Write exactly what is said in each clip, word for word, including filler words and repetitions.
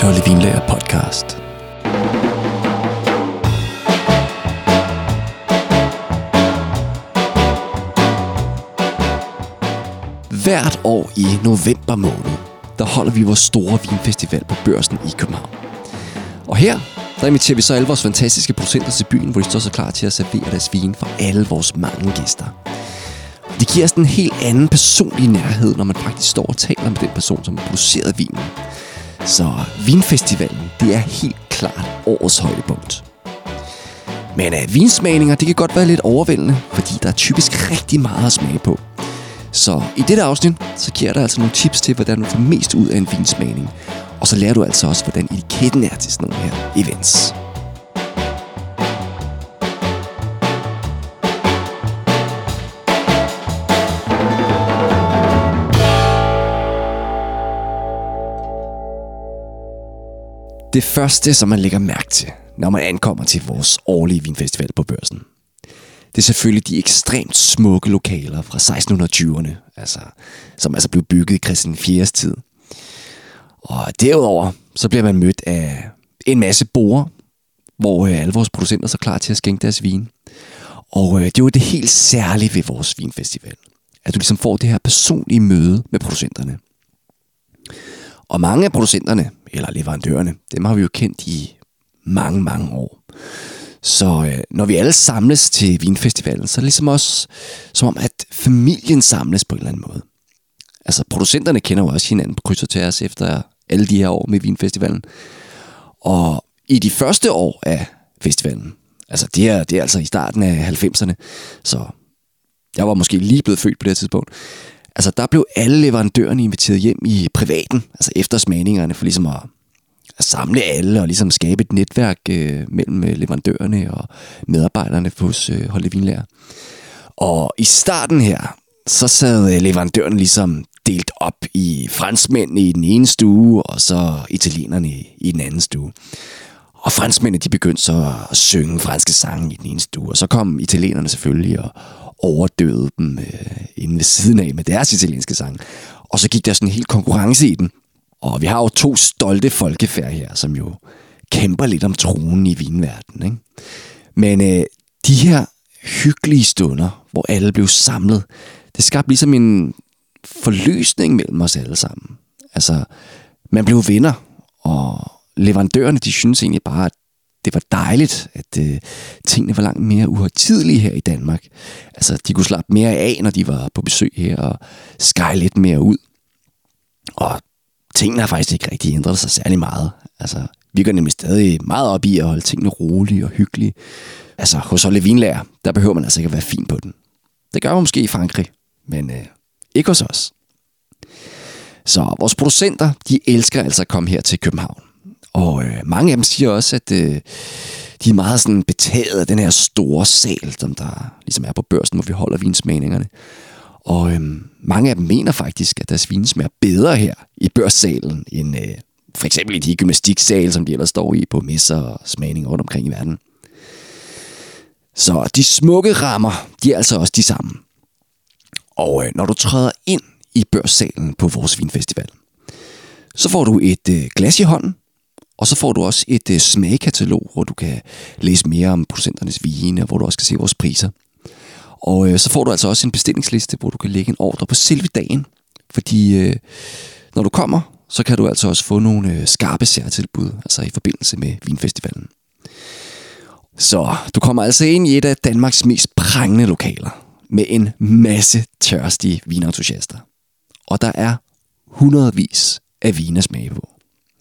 Holde Vinlager podcast. Hvert år i november måned, der holder vi vores store vinfestival på Børsen i København. Og her, der inviterer vi så alle vores fantastiske producenter til byen, hvor de står så klar til at servere deres vin for alle vores mange gæster. Det giver os en helt anden personlig nærhed, når man faktisk står og taler med den person, som har produceret vinen. Så vinfestivalen, det er helt klart årets højdepunkt. Men uh, vinsmagninger, det kan godt være lidt overvældende, fordi der er typisk rigtig meget at smage på. Så i dette afsnit, så giver jeg dig altså nogle tips til, hvordan du får mest ud af en vinsmagning. Og så lærer du altså også, hvordan etiketten er til sådan nogle her events. Det første, som man lægger mærke til, når man ankommer til vores årlige vinfestival på Børsen, det er selvfølgelig de ekstremt smukke lokaler fra seksten tyverne, altså, som altså blev bygget i Christian den fjerdes tid. Og derudover, så bliver man mødt af en masse borer, hvor øh, alle vores producenter er så klar til at skænke deres vin. Og øh, det er jo det helt særlige ved vores vinfestival, at du ligesom får det her personlige møde med producenterne. Og mange af producenterne, eller leverandørerne, dem har vi jo kendt i mange, mange år. Så øh, når vi alle samles til vinfestivalen, så er det ligesom også som om, at familien samles på en eller anden måde. Altså producenterne kender jo også hinanden på kryds og tværs efter alle de her år med vinfestivalen. Og i de første år af festivalen, altså det er, det er altså i starten af halvfemserne, så jeg var måske lige blevet født på det her tidspunkt. Altså der blev alle leverandørerne inviteret hjem i privaten, altså efter smagningerne, for ligesom at, at samle alle og ligesom skabe et netværk øh, mellem leverandørerne og medarbejderne hos øh, Holde Vinlager. Og i starten her, så sad leverandørerne ligesom delt op i franskmændene i den ene stue, og så italienerne i den anden stue. Og franskmændene, de begyndte så at synge franske sange i den ene stue, og så kom italienerne selvfølgelig og overdøvede dem øh, inde ved siden af med deres italienske sange. Og så gik der sådan en helt konkurrence i den. Og vi har jo to stolte folkefærd her, som jo kæmper lidt om tronen i vinverdenen, ikke? Men øh, de her hyggelige stunder, hvor alle blev samlet, det skabte ligesom en forløsning mellem os alle sammen. Altså, man blev venner, og leverandørerne, de synes egentlig bare, at det var dejligt, at øh, tingene var langt mere uhøjtidelige her i Danmark. Altså, de kunne slappe mere af, når de var på besøg her, og skære lidt mere ud. Og tingene har faktisk ikke rigtig ændret sig særlig meget. Altså, vi går nemlig stadig meget op i at holde tingene rolige og hyggelige. Altså, hos Holde Vinlager, der behøver man altså ikke at være fin på den. Det gør man måske i Frankrig, men øh, ikke hos os. Så vores producenter, de elsker altså at komme her til København. Og øh, mange af dem siger også, at øh, de er meget sådan betaget af den her store sal, som der ligesom er på Børsen, hvor vi holder vinsmagningerne. Og øh, mange af dem mener faktisk, at deres vin smager bedre her i Børssalen, end øh, for eksempel i de gymnastiksale, som de ellers står i på messer og smagninger rundt omkring i verden. Så de smukke rammer, de er altså også de samme. Og øh, når du træder ind i Børssalen på vores vinfestival, så får du et øh, glas i hånden, og så får du også et øh, smagkatalog, hvor du kan læse mere om producenternes vine, og hvor du også kan se vores priser. Og øh, så får du altså også en bestillingsliste, hvor du kan lægge en ordre på selve dagen. Fordi øh, når du kommer, så kan du altså også få nogle øh, skarpe særtilbud, altså i forbindelse med vinfestivalen. Så du kommer altså ind i et af Danmarks mest prangende lokaler, med en masse tørstige vinentusiaster. Og der er hundredvis af vine at smage på.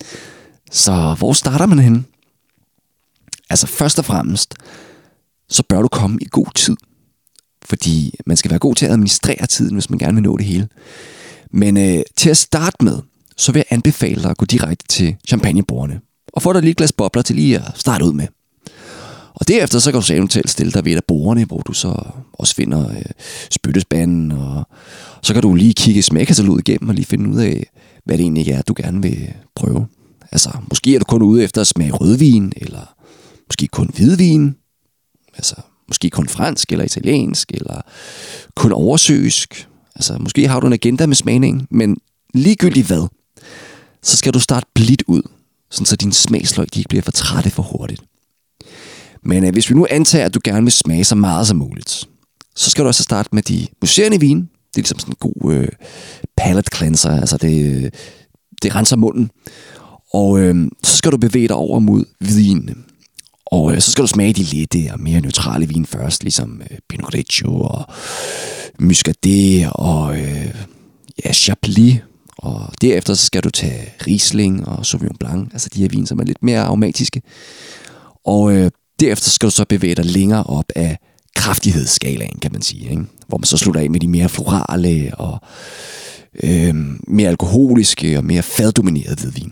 Så hvor starter man henne? Altså først og fremmest, så bør du komme i god tid. Fordi man skal være god til at administrere tiden, hvis man gerne vil nå det hele. Men øh, til at starte med, så vil jeg anbefale dig at gå direkte til champagnebordene. Og få dig et lille glas bobler til lige at starte ud med. Og derefter så kan du så eventuelt stille dig ved et af bordene, hvor du så også finder øh, spyttespanden. Og så kan du lige kigge smagkataloget igennem og lige finde ud af, hvad det egentlig er, du gerne vil prøve. Altså, måske er du kun ude efter at smage rødvin, eller måske kun hvidvin. Altså, måske kun fransk eller italiensk, eller kun oversøisk. Altså, måske har du en agenda med smagning, men ligegyldigt hvad, så skal du starte blidt ud. sådan så dine smagsløg de ikke bliver for trætte for hurtigt. Men øh, hvis vi nu antager, at du gerne vil smage så meget som muligt, så skal du også starte med de muserende vine. Det er ligesom sådan en god øh, palate cleanser, altså det, det renser munden. Og øh, så skal du bevæge dig over mod hvidvinene. Og øh, så skal du smage de lette og mere neutrale vine først, ligesom øh, Pinot Grigio og Muscadet og øh, ja, Chablis. Og derefter så skal du tage Riesling og Sauvignon Blanc, altså de her vine, som er lidt mere aromatiske. Og øh, derefter skal du så bevæge dig længere op af kraftighedsskalaen, kan man sige, ikke? Hvor man så slutter af med de mere florale og øh, mere alkoholiske og mere faddominerede hvidvin.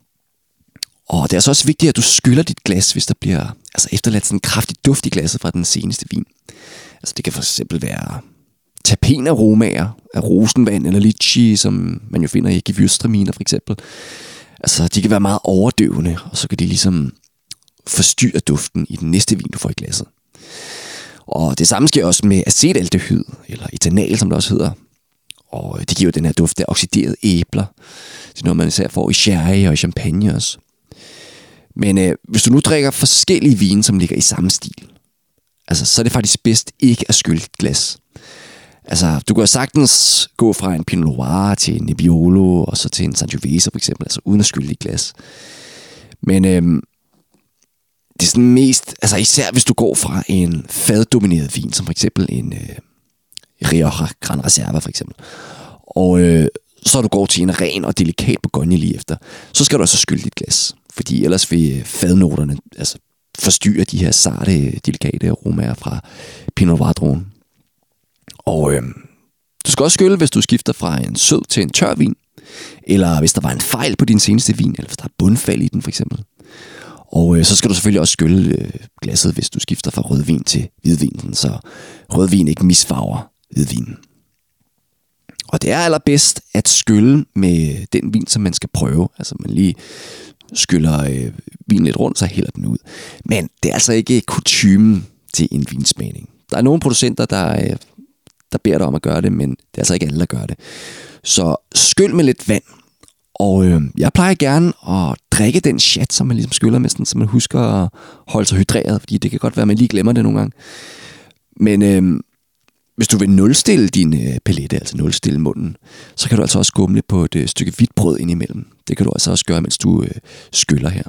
Og det er så også vigtigt, at du skyller dit glas, hvis der bliver altså efterladt sådan en kraftig duft i glasset fra den seneste vin. Altså det kan for eksempel være terpenaromaer af rosenvand eller litchi, som man jo finder i gewürztraminer for eksempel. Altså de kan være meget overdøvende, og så kan de ligesom forstyrre duften i den næste vin, du får i glasset. Og det samme sker også med acetaldehyd, eller etanal, som det også hedder. Og det giver jo den her duft af oxiderede æbler. Det er noget, man især får i sherry og i champagne også. Men øh, hvis du nu drikker forskellige vine, som ligger i samme stil, altså, så er det faktisk bedst ikke at skylle et glas. Altså, du kan sagtens gå fra en Pinot Noir til en Nebbiolo, og så til en Sangiovese for eksempel, altså uden at skylle et glas. Men øh, det er sådan mest, altså især hvis du går fra en faddomineret vin, som for eksempel en øh, Rioja Gran Reserva for eksempel, og øh, så du går til en ren og delikat Bourgogne lige efter, så skal du altså skylle dit glas. Fordi ellers vil fadnoterne altså, forstyrre de her sarte, delikate aromaer fra Pinot Noir-druen. Og øh, du skal også skylle, hvis du skifter fra en sød til en tør vin, eller hvis der var en fejl på din seneste vin, eller hvis der er bundfald i den for eksempel. Og øh, så skal du selvfølgelig også skylle øh, glasset, hvis du skifter fra rødvin til hvidvin, så rødvin ikke misfarver hvidvinen. Og det er allerbedst at skylle med den vin, som man skal prøve. Altså man lige skyller øh, vinen lidt rundt, så hælder den ud. Men det er altså ikke kutymen til en vinsmagning. Der er nogle producenter, der, øh, der beder dig om at gøre det, men det er altså ikke alle, der gør det. Så skyld med lidt vand. Og øh, jeg plejer gerne at drikke den chat, som man ligesom skyller med, sådan, så man husker at holde sig hydreret, fordi det kan godt være, at man lige glemmer det nogle gange. Men øh, hvis du vil nulstille din øh, palette, altså nulstille munden, så kan du altså også skumle på et øh, stykke hvidt brød indimellem. Det kan du altså også gøre, mens du øh, skyller her.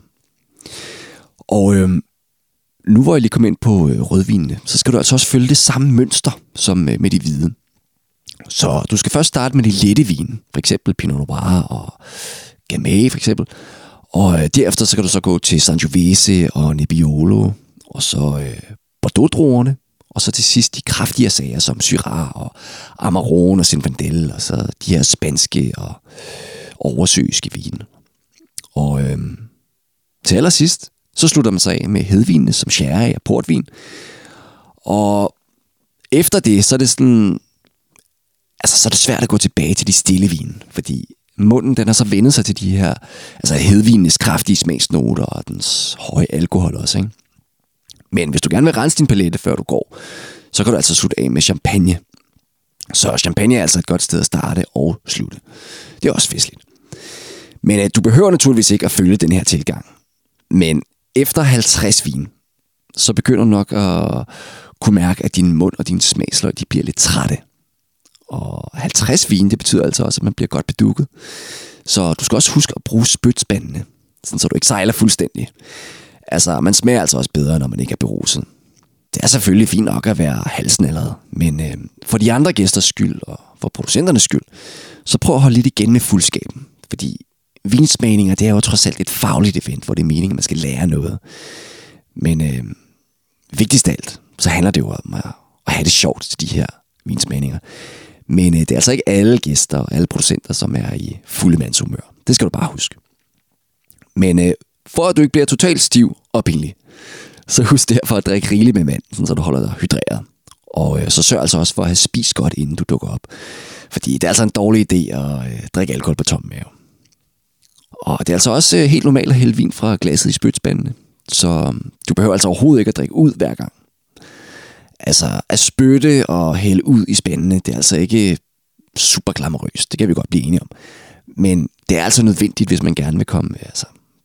Og øh, nu hvor jeg lige kom ind på øh, rødvinene, så skal du altså også følge det samme mønster som øh, med de hvide. Så du skal først starte med de lette vine, for eksempel Pinot Noir og Gamay for eksempel. Og øh, derefter så kan du så gå til Sangiovese og Nebbiolo, og så øh, Bordeaux-druerne, og så til sidst de kraftige sager som Syrah og Amarone og Zinfandel, og så de her spanske og oversøiske vine. Og øh, til allersidst, så slutter man sig af med hedvinene som sherry og portvin. Og efter det, så er det sådan, altså så er det svært at gå tilbage til de stille vine, fordi munden den har så vendet sig til de her, altså hedvinenes kraftige smagsnoter og dens høje alkohol også, ikke? Men hvis du gerne vil rense din palette, før du går, så kan du altså slutte af med champagne. Så champagne er altså et godt sted at starte og slutte. Det er også festligt. Men uh, du behøver naturligvis ikke at følge den her tilgang. Men efter halvtreds vin, så begynder du nok at kunne mærke, at din mund og din smagsløg, de bliver lidt trætte. Og halvtreds vin, det betyder altså også, at man bliver godt bedukket. Så du skal også huske at bruge spytspandene, sådan så du ikke sejler fuldstændig. Altså, man smager altså også bedre, når man ikke er beruset. Det er selvfølgelig fint nok at være halsnallet, men øh, for de andre gæsters skyld og for producenternes skyld, så prøv at holde lidt igen med fuldskaben. Fordi vinsmagninger, det er jo trods alt et fagligt event, hvor det er meningen, at man skal lære noget. Men øh, vigtigst af alt, så handler det jo om at, at have det sjovt til de her vinsmagninger. Men øh, det er altså ikke alle gæster og alle producenter, som er i fulde mandshumør. Det skal du bare huske. Men øh, for at du ikke bliver totalt stiv og pinlig, så husk derfor at drikke rigeligt med vand, så du holder dig hydreret. Og øh, så sørg altså også for at have spist godt, inden du dukker op. Fordi det er altså en dårlig idé at øh, drikke alkohol på tom mave. Og det er altså også øh, helt normalt at hælde vin fra glasset i spytspandene. Så øh, du behøver altså overhovedet ikke at drikke ud hver gang. Altså at spytte og hælde ud i spandene, det er altså ikke super glamourøst. Det kan vi godt blive enige om. Men det er altså nødvendigt, hvis man gerne vil komme altså,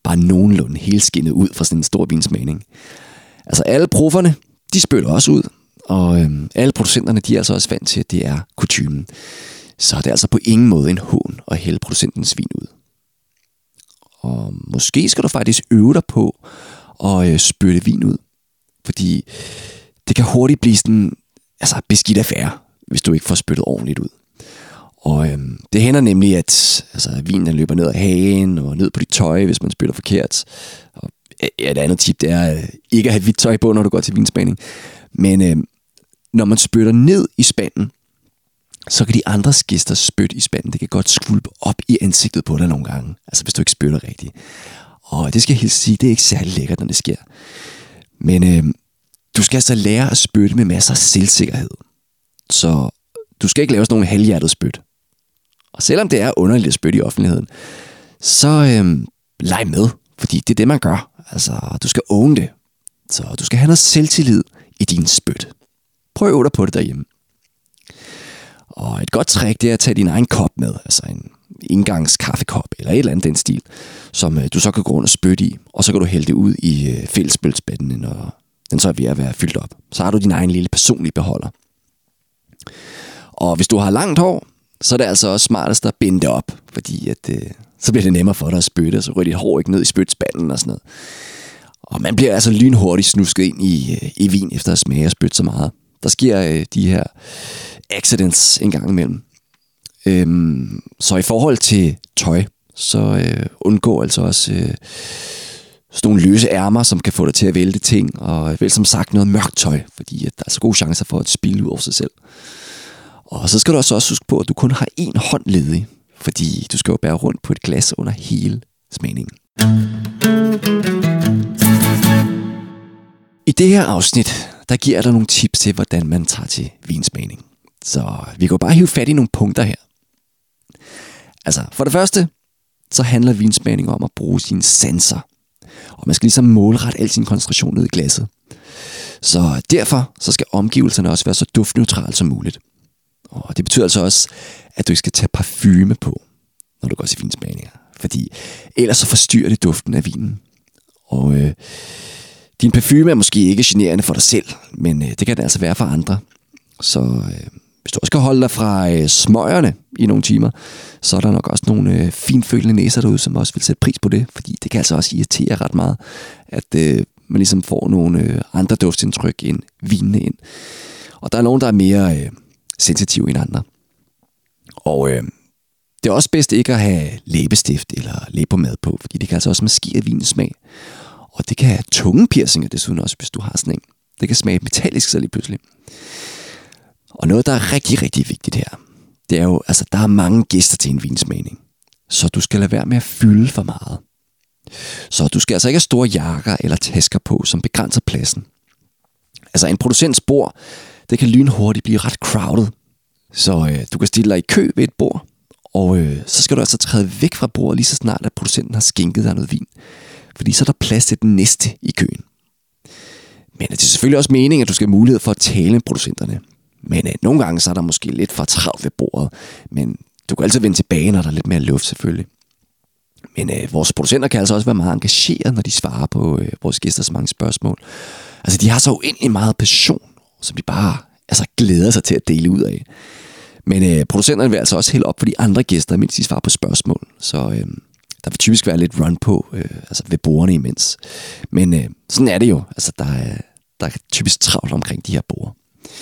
bare nogenlunde helskindet ud fra sådan en stor vinsmagning. Altså alle profferne, de spytter også ud, og øhm, alle producenterne, de er altså også vant til, at det er kutymen. Så det er altså på ingen måde en hån at hælde producentens vin ud. Og måske skal du faktisk øve dig på at øh, spytte vin ud, fordi det kan hurtigt blive sådan altså beskidt affære, hvis du ikke får spyttet ordentligt ud. Og øhm, det hænder nemlig, at altså, vinen løber ned ad hagen og ned på dit tøj, hvis man spytter forkert. Og et andet tip, det er øh, ikke at have hvidt tøj på, når du går til vinsmagning. Men øh, når man spytter ned i spanden, så kan de andre gæster spytte i spanden. Det kan godt skvulpe op i ansigtet på dig nogle gange, altså hvis du ikke spytter rigtigt. Og det skal jeg helt sige, det er ikke særlig lækkert, når det sker. Men øh, du skal altså lære at spytte med masser af selvsikkerhed. Så du skal ikke lave sådan nogle halvhjertet spyt. Og selvom det er underligt at spytte i offentligheden, så øh, leg med, fordi det er det, man gør. Altså, du skal own det. Så du skal have noget selvtillid i din spyt. Prøv dig på det derhjemme. Og et godt trick, det er at tage din egen kop med, altså en indgangskaffekop eller et eller andet den stil, som øh, du så kan gå rundt og spytte i, og så kan du hælde det ud i øh, fællesspytspanden, når den så er ved at være fyldt op. Så har du din egen lille personlige beholder. Og hvis du har langt hår, så er det altså også smartest at binde det op, fordi at, øh, så bliver det nemmere for dig at spytte, og så ryger dit hår ikke ned i spytspanden og sådan noget. Og man bliver altså lynhurtigt snusket ind i, øh, i vin efter at smage og spytte så meget. Der sker øh, de her accidents en gang imellem. Øhm, så i forhold til tøj, så øh, undgå altså også øh, sådan nogle løse ærmer, som kan få dig til at vælte ting, og vel som sagt noget mørkt tøj, fordi at der er så gode chancer for at spilde ud over sig selv. Og så skal du også, også huske på, at du kun har én hånd ledig, fordi du skal jo bære rundt på et glas under hele smagningen. I det her afsnit, der giver jeg dig nogle tips til, hvordan man tager til vinsmagning. Så vi kan bare hive fat i nogle punkter her. Altså, for det første, så handler vinsmagning om at bruge sine sanser. Og man skal ligesom målrette al sin koncentration ned i glasset. Så derfor så skal omgivelserne også være så duftneutrale som muligt. Og det betyder altså også, at du ikke skal tage parfume på, når du går til vinsmagninger. Fordi ellers så forstyrrer det duften af vinen. Og øh, din parfume er måske ikke generende for dig selv, men øh, det kan det altså være for andre. Så øh, hvis du også skal holde dig fra øh, smøgerne i nogle timer, så er der nok også nogle øh, finfølende næser derude, som også vil sætte pris på det. Fordi det kan altså også irritere ret meget, at øh, man ligesom får nogle øh, andre duftindtryk end vinene ind. Og der er nogen, der er mere øh, sensitive end andre. Og øh, det er også bedst ikke at have læbestift eller læbepomade på, fordi det kan altså også maskere vinens smag. Og det kan have tungepiercinger desuden også, hvis du har sådan en. Det kan smage metallisk så lige pludselig. Og noget, der er rigtig, rigtig vigtigt her, det er jo, altså der er mange gæster til en vinsmagning. Så du skal lade være med at fylde for meget. Så du skal altså ikke have store jakker eller tasker på, som begrænser pladsen. Altså en producents bord, det kan lynhurtigt blive ret crowded. Så øh, du kan stille dig i kø ved et bord, og øh, så skal du altså træde væk fra bordet lige så snart, at producenten har skænket dig noget vin. Fordi så er der plads til den næste i køen. Men det er selvfølgelig også meningen, at du skal have mulighed for at tale med producenterne. Men øh, nogle gange så er der måske lidt for travlt ved bordet. Men du kan altid vende tilbage, når der er lidt mere luft selvfølgelig. Men øh, vores producenter kan altså også være meget engageret, når de svarer på øh, vores gæsters mange spørgsmål. Altså de har så uendelig meget passion, som de bare altså, glæder sig til at dele ud af. Men øh, producenterne vil altså også hælde op for de andre gæster, mens de svarer på spørgsmål. Så øh, der vil typisk være lidt run på øh, altså ved bordene imens. Men øh, sådan er det jo. Altså der er, der er typisk travlt omkring de her borde.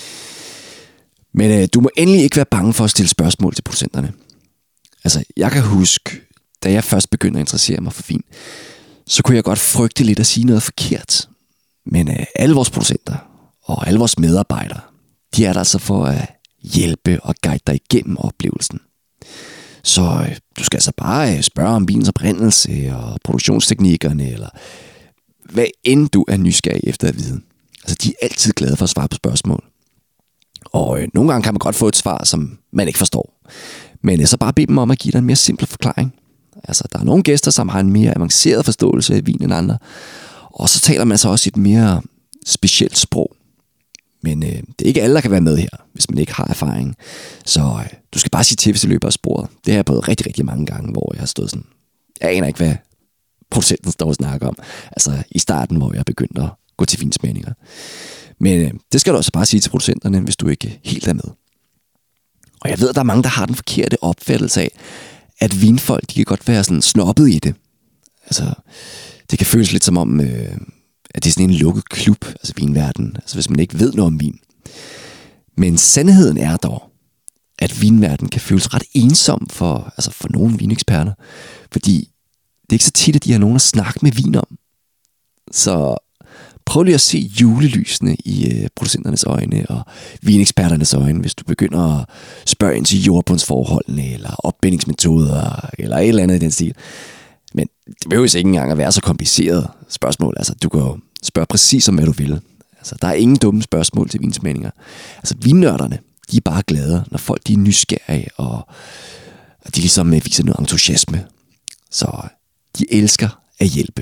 Men øh, du må endelig ikke være bange for at stille spørgsmål til producenterne. Altså jeg kan huske, da jeg først begyndte at interessere mig for vin, så kunne jeg godt frygte lidt at sige noget forkert. Men øh, alle vores producenter og alle vores medarbejdere, de er der altså for at hjælpe og guide dig igennem oplevelsen. Så øh, du skal altså bare øh, spørge om vinens oprindelse og produktionsteknikkerne, eller hvad end du er nysgerrig efter at vide. Altså de er altid glade for at svare på spørgsmål. Og øh, nogle gange kan man godt få et svar, som man ikke forstår. Men øh, så bare bed dem om at give dig en mere simpel forklaring. Altså der er nogle gæster, som har en mere avanceret forståelse af vin end andre. Og så taler man så også et mere specielt sprog. Men øh, det er ikke alle, der kan være med her, hvis man ikke har erfaring. Så øh, du skal bare sige til, hvis du løber af sporet. Det har jeg prøvet rigtig, rigtig mange gange, hvor jeg har stået sådan. Jeg aner ikke, hvad producenten står og snakker om. Altså i starten, hvor jeg begyndte at gå til vinsmagninger. Men øh, det skal du også bare sige til producenterne, hvis du ikke helt er med. Og jeg ved, at der er mange, der har den forkerte opfattelse af, at vinfolk, de kan godt være sådan snobbet i det. Altså, det kan føles lidt som om, øh, at det er sådan en lukket klub, altså vinverden. Altså hvis man ikke ved noget om vin. Men sandheden er dog, at vinverden kan føles ret ensom for, altså for nogle vineksperter. Fordi det er ikke så tit, at de har nogen at snakke med vin om. Så prøv lige at se julelysene i øh, producenternes øjne og vineksperternes øjne, hvis du begynder at spørge ind til jordbundsforholdene eller opbindingsmetoder eller et eller andet i den stil. Men det behøver ikke engang at være så kompliceret spørgsmål. Altså, du kan jo spørge præcis om, hvad du vil. Altså, der er ingen dumme spørgsmål til vinsmagninger. Altså, vinnørderne, de er bare glade, når folk de er nysgerrige, og, og de ligesom viser noget entusiasme. Så de elsker at hjælpe.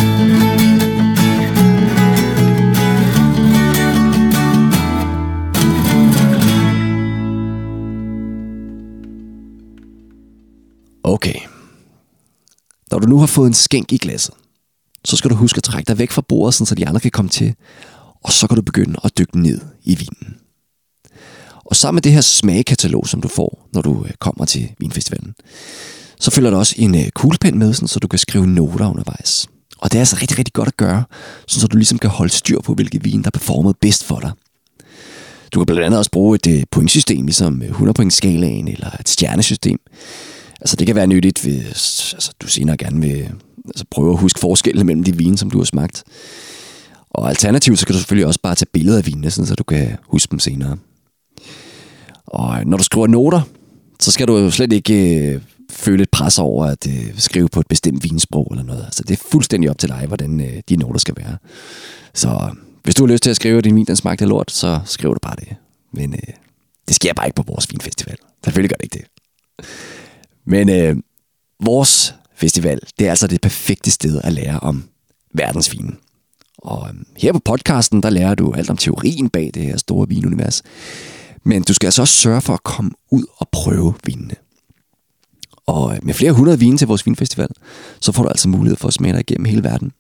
Okay. Når du nu har fået en skænk i glasset, så skal du huske at trække dig væk fra bordet, så de andre kan komme til. Og så kan du begynde at dykke ned i vinen. Og sammen med det her smagekatalog, som du får, når du kommer til vinfestivalen, så følger der også en kuglepen med, så du kan skrive noter undervejs. Og det er altså rigtig, rigtig godt at gøre, så du ligesom kan holde styr på, hvilke vin, der performede bedst for dig. Du kan blandt andet også bruge et pointsystem, ligesom hundrede point skalaen eller et stjernesystem. Altså det kan være nyttigt, hvis altså, du senere gerne vil altså, prøve at huske forskellen mellem de vine, som du har smagt. Og alternativt, så kan du selvfølgelig også bare tage billeder af vinene, så du kan huske dem senere. Og når du skriver noter, så skal du jo slet ikke øh, føle et pres over at øh, skrive på et bestemt vinsprog eller noget. Altså det er fuldstændig op til dig, hvordan øh, de noter skal være. Så hvis du har lyst til at skrive, at din vin den smagte lort, så skriver du bare det. Men øh, det sker bare ikke på vores vinfestival. Selvfølgelig gør det ikke det. Men øh, vores festival, det er altså det perfekte sted at lære om verdensvinen. Og øh, her på podcasten, der lærer du alt om teorien bag det her store vinunivers. Men du skal altså også sørge for at komme ud og prøve vinene. Og øh, med flere hundrede vine til vores vinfestival, så får du altså mulighed for at smage dig igennem hele verden.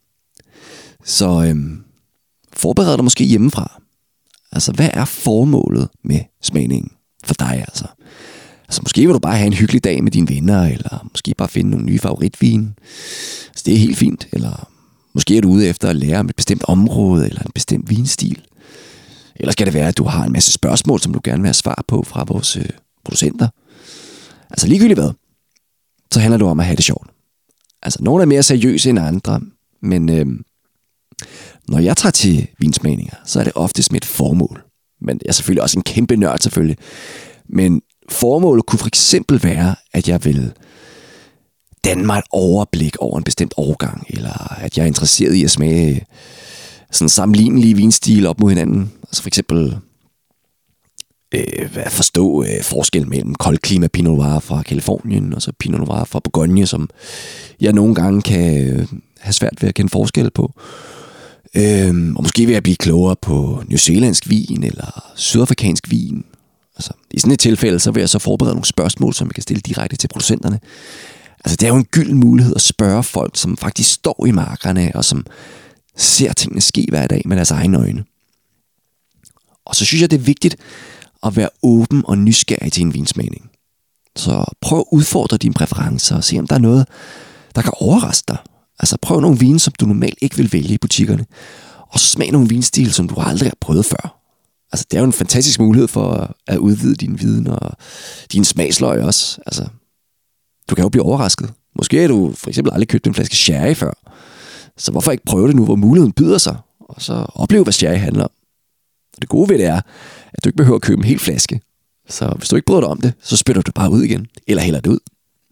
Så øh, forbered dig måske hjemmefra. Altså, hvad er formålet med smagningen for dig altså? Altså, måske vil du bare have en hyggelig dag med dine venner, eller måske bare finde nogle nye favoritvine. Altså, det er helt fint. Eller måske er du ude efter at lære om et bestemt område, eller en bestemt vinstil. Eller skal det være, at du har en masse spørgsmål, som du gerne vil have svar på fra vores øh, producenter. Altså, ligegyldigt hvad, så handler det om at have det sjovt. Altså, nogle er mere seriøse end andre, men øh, når jeg tager til vinsmagninger, så er det oftest med et formål. Men jeg er selvfølgelig også en kæmpe nørd, selvfølgelig. Men formålet kunne for eksempel være, at jeg vil danne mig et overblik over en bestemt årgang, eller at jeg er interesseret i at smage sådan sammenlignelige vinstil op mod hinanden. Altså for eksempel øh, at forstå øh, forskellen mellem koldklima Pinot Noir fra Californien, og så Pinot Noir fra Bourgogne, som jeg nogle gange kan øh, have svært ved at kende forskel på. Øh, og måske vil jeg blive klogere på newzealandsk vin, eller sydafrikansk vin. Altså, i sådan et tilfælde, så vil jeg så forberede nogle spørgsmål, som jeg kan stille direkte til producenterne. Altså, det er jo en gylden mulighed at spørge folk, som faktisk står i markerne, og som ser tingene ske hver dag med deres egne øjne. Og så synes jeg, det er vigtigt at være åben og nysgerrig til en vinsmagning. Så prøv at udfordre dine præferencer og se, om der er noget, der kan overraske dig. Altså, prøv nogle vine, som du normalt ikke vil vælge i butikkerne. Og smag nogle vinstil, som du aldrig har prøvet før. Altså, det er jo en fantastisk mulighed for at udvide din viden og din smagsløg også. Altså, du kan jo blive overrasket. Måske har du for eksempel aldrig købt en flaske sherry før. Så hvorfor ikke prøve det nu, hvor muligheden byder sig? Og så opleve, hvad sherry handler om. Og det gode ved det er, at du ikke behøver at købe en hel flaske. Så hvis du ikke bryder dig om det, så spytter du bare ud igen. Eller hælder det ud.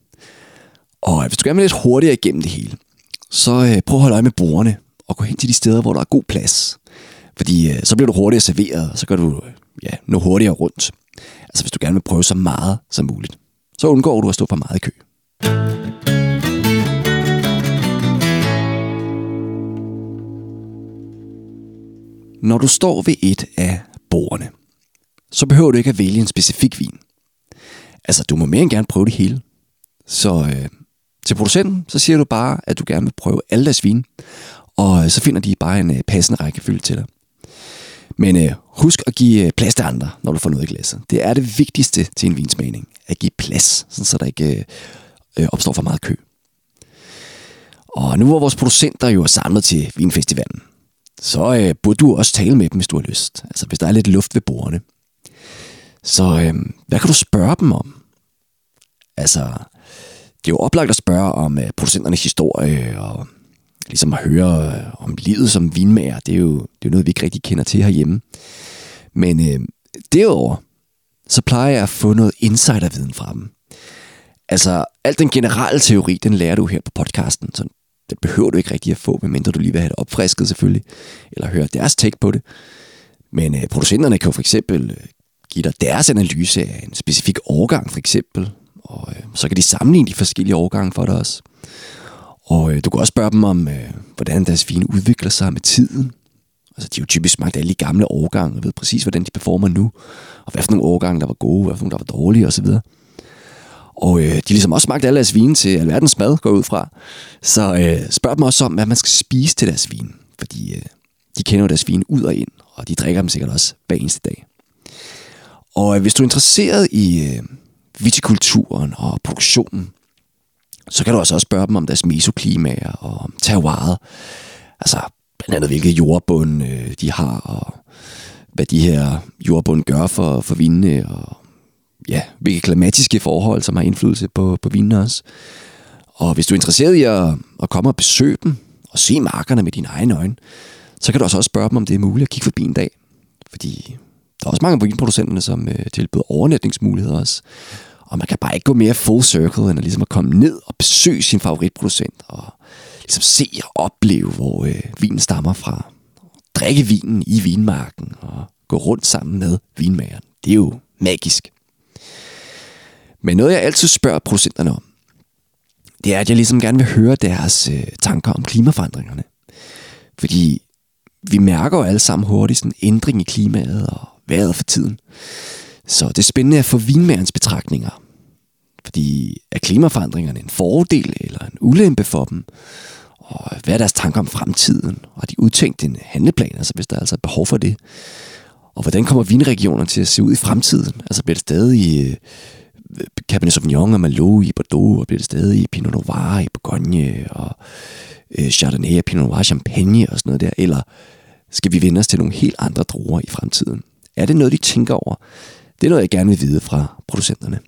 Og hvis du gerne vil lidt hurtigere igennem det hele, så øh, prøv at holde øje med bordene. Og gå hen til de steder, hvor der er god plads. Fordi øh, så bliver du hurtigere serveret, og så gør du øh, ja, noget hurtigere rundt. Altså hvis du gerne vil prøve så meget som muligt, så undgår du at stå for meget i kø. Når du står ved et af bordene, så behøver du ikke at vælge en specifik vin. Altså du må mere end gerne prøve det hele. Så øh, til producenten, så siger du bare, at du gerne vil prøve alle deres vine, og så finder de bare en passende rækkefølge til dig. Men øh, husk at give plads til andre, når du får noget i glasset. Det er det vigtigste til en vinsmagning, at give plads, sådan så der ikke øh, opstår for meget kø. Og nu hvor vores producenter jo er samlet til vinfestivalen, så øh, burde du også tale med dem, hvis du har lyst. Altså hvis der er lidt luft ved bordene. Så øh, hvad kan du spørge dem om? Altså, det er jo oplagt at spørge om øh, producenternes historie, og ligesom at høre øh, om livet som vinmager. Det er, jo, det er jo noget, vi ikke rigtig kender til herhjemme. Men øh, derudover, så plejer jeg at få noget insiderviden fra dem. Altså, al den generelle teori, den lærer du her på podcasten, så den behøver du ikke rigtig at få, medmindre du lige vil have det opfrisket selvfølgelig, eller høre deres take på det. Men øh, producenterne kan jo for eksempel øh, give dig deres analyse af en specifik årgang for eksempel, og øh, så kan de sammenligne de forskellige årgange for dig også. Og øh, du kan også spørge dem om, øh, hvordan deres vin udvikler sig med tiden. Altså, de har jo typisk smagt alle de gamle årgange, og ved præcis, hvordan de performer nu, og hvad for nogle årgange, der var gode, hvad for nogle, der var dårlige osv. Og øh, de har ligesom også smagt alle deres vin til alverdens mad, går ud fra. Så øh, spørg dem også om, hvad man skal spise til deres vin. Fordi øh, de kender jo deres vin ud og ind, og de drikker dem sikkert også hver eneste dag. Og øh, hvis du er interesseret i øh, vitikulturen og produktionen, så kan du også spørge dem om deres mesoklimaer og om terroiret. Altså blandt andet hvilke jordbund øh, de har, og hvad de her jordbund gør for, for vinene, og ja, hvilke klimatiske forhold, som har indflydelse på, på vinene også. Og hvis du er interesseret i at, at komme og besøge dem, og se markerne med dine egne øjne, så kan du også spørge dem, om det er muligt at kigge forbi en dag. Fordi der er også mange af vinproducenterne, som øh, tilbyder overnatningsmuligheder også. Og man kan bare ikke gå mere full circle, end at, ligesom at komme ned og besøge sin favoritproducent, og ligesom se og opleve, hvor øh, vinen stammer fra. Drikke vinen i vinmarken, og gå rundt sammen med vinmageren. Det er jo magisk. Men noget, jeg altid spørger producenterne om, det er, at jeg ligesom gerne vil høre deres øh, tanker om klimaforandringerne. Fordi vi mærker jo alle sammen hurtigt sådan en ændring i klimaet og vejret for tiden. Så det er spændende at få vinmagerens betragtninger. Fordi er klimaforandringerne en fordel eller en ulempe for dem? Og hvad er deres tanker om fremtiden? Og har de udtænkt en handleplan, altså hvis der er altså behov for det? Og hvordan kommer vinregionerne til at se ud i fremtiden? Altså bliver det stadig øh, Cabernet Sauvignon og Merlot i Bordeaux, og bliver det stadig Pinot Noir i Bourgogne, og øh, Chardonnay og Pinot Noir Champagne og sådan noget der? Eller skal vi vende os til nogle helt andre druer i fremtiden? Er det noget, de tænker over? Det er noget, jeg gerne vil vide fra producenterne.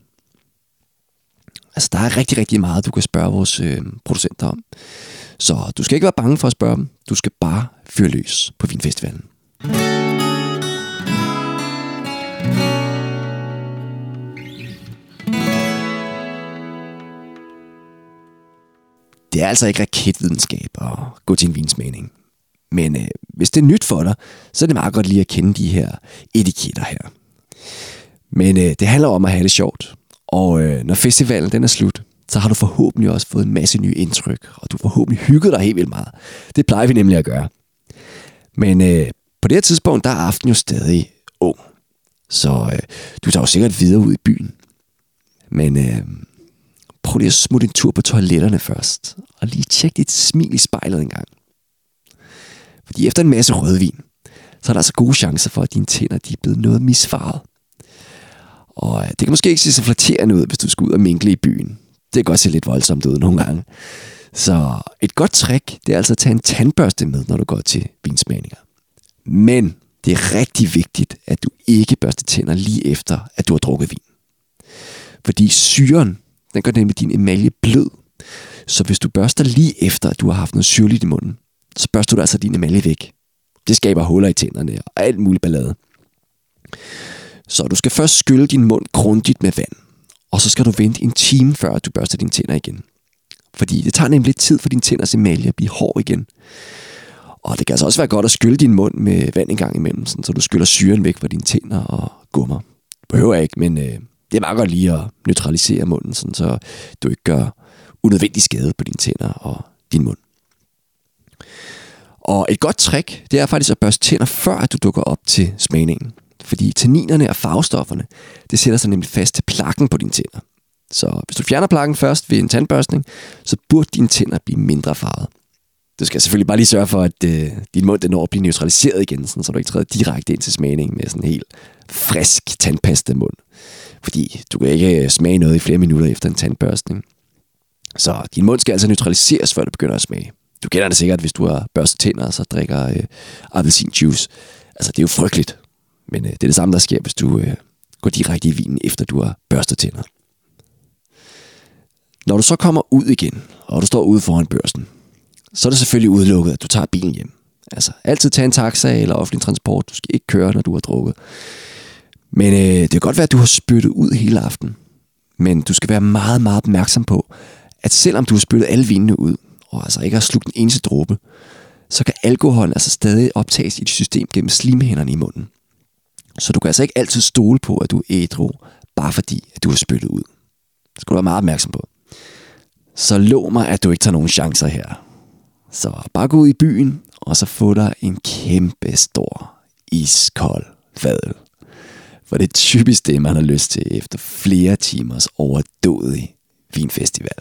Altså, der er rigtig, rigtig meget, du kan spørge vores øh, producenter om. Så du skal ikke være bange for at spørge dem. Du skal bare fyre løs på Vinfestivalen. Det er altså ikke raketvidenskab at gå til en vinsmagning. Men øh, hvis det er nyt for dig, så er det meget godt lige at kende de her etiketter her. Men øh, det handler om at have det sjovt. Og øh, når festivalen den er slut, så har du forhåbentlig også fået en masse nye indtryk. Og du har forhåbentlig hygget dig helt vildt meget. Det plejer vi nemlig at gøre. Men øh, på det her tidspunkt, der er aftenen jo stadig ung. Så øh, du tager jo sikkert videre ud i byen. Men øh, prøv lige at smutte en tur på toiletterne først. Og lige tjek dit smil i spejlet en gang. Fordi efter en masse rødvin, så er der altså gode chancer for, at dine tænder de er blevet noget misfarvet. Og det kan måske ikke se så flatterende ud, hvis du skal ud og minkle i byen. Det kan godt se lidt voldsomt ud nogle gange. Så et godt trick, det er altså at tage en tandbørste med, når du går til vinsmagninger. Men det er rigtig vigtigt, at du ikke børster tænder lige efter, at du har drukket vin. Fordi syren, den gør nemlig din emalje blød. Så hvis du børster lige efter, at du har haft noget syrligt i munden, så børster du altså din emalje væk. Det skaber huller i tænderne og alt muligt ballade. Så du skal først skylle din mund grundigt med vand. Og så skal du vente en time, før du børster dine tænder igen. Fordi det tager nemlig lidt tid for dine tænders emalje at blive hård igen. Og det kan altså også være godt at skylle din mund med vand en gang imellem, så du skyller syren væk fra dine tænder og gummer. Det behøver jeg ikke, men øh, det er meget godt lige at neutralisere munden, sådan, så du ikke gør unødvendig skade på dine tænder og din mund. Og et godt trick, det er faktisk at børste tænder, før at du dukker op til smagningen. Fordi tanninerne og farvestofferne, det sætter sig nemlig fast til plakken på dine tænder. Så hvis du fjerner plakken først ved en tandbørstning, så burde dine tænder blive mindre farvet. Du skal selvfølgelig bare lige sørge for, at øh, din mund den når at blive neutraliseret igen, sådan, så du ikke træder direkte ind til smagning med sådan en helt frisk tandpasta mund. Fordi du kan ikke smage noget i flere minutter efter en tandbørstning. Så din mund skal altså neutraliseres, før det begynder at smage. Du kender det sikkert, hvis du har børstet tænder og så drikker øh, appelsinjuice. Altså, det er jo frygteligt. Men øh, det er det samme, der sker, hvis du øh, går direkte i vinen, efter du har børstet tænder. Når du så kommer ud igen, og du står ude foran børsen, så er det selvfølgelig udelukket, at du tager bilen hjem. Altså, altid tage en taxa eller offentlig transport. Du skal ikke køre, når du har drukket. Men øh, det kan godt være, at du har spyttet ud hele aften. Men du skal være meget, meget opmærksom på, at selvom du har spyttet alle vinene ud, og altså ikke har slugt en eneste dråbe, så kan alkohol altså stadig optages i dit system gennem slimhinderne i munden. Så du kan altså ikke altid stole på, at du er ædru, bare fordi, at du har spyttet ud. Det skal du være meget opmærksom på. Så lov mig, at du ikke tager nogen chancer her. Så bare gå ud i byen, og så få dig en kæmpe stor, iskold fadøl. For det er typisk det, man har lyst til efter flere timers overdådig vinfestival.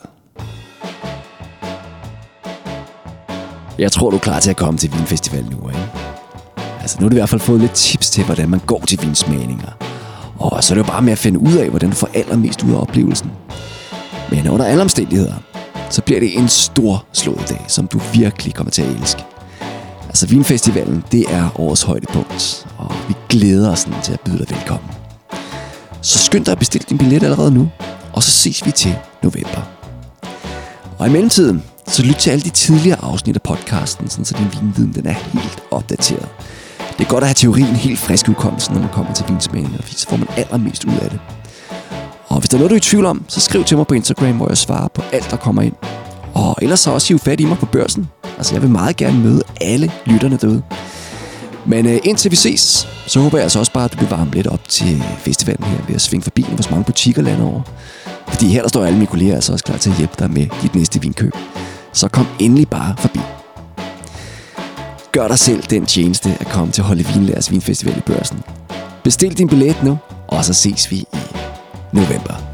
Jeg tror, du er klar til at komme til vinfestival nu, ikke? Altså, nu har du i hvert fald fået lidt tips til, hvordan man går til vinsmagninger. Og så er det jo bare med at finde ud af, hvordan du får allermest ud af oplevelsen. Men under alle omstændigheder, så bliver det en stor slået dag, som du virkelig kommer til at elske. Altså, vinfestivalen, det er årets højdepunkt, og vi glæder os til at byde dig velkommen. Så skynd dig at bestille din billet allerede nu, og så ses vi til november. Og i mellemtiden, så lyt til alle de tidligere afsnit af podcasten, så din vinviden den er helt opdateret. Det er godt at have teorien helt frisk i hukommelsen, når man kommer til vinsmagninger, for så får man allermest ud af det. Og hvis der er noget, du er i tvivl om, så skriv til mig på Instagram, hvor jeg svarer på alt, der kommer ind. Og ellers så også hiv fat i mig på børsen. Altså, jeg vil meget gerne møde alle lytterne derude. Men øh, indtil vi ses, så håber jeg altså også bare, at du vil varme lidt op til festivalen her ved at svinge forbi hos mange butikker landet over. Fordi her der står alle mine kolleger altså også klar til at hjælpe dig med dit næste vinkøb. Så kom endelig bare forbi. Gør dig selv den tjeneste at komme til Holde Vinlærers Vinfestival i Børsen. Bestil din billet nu, og så ses vi i november.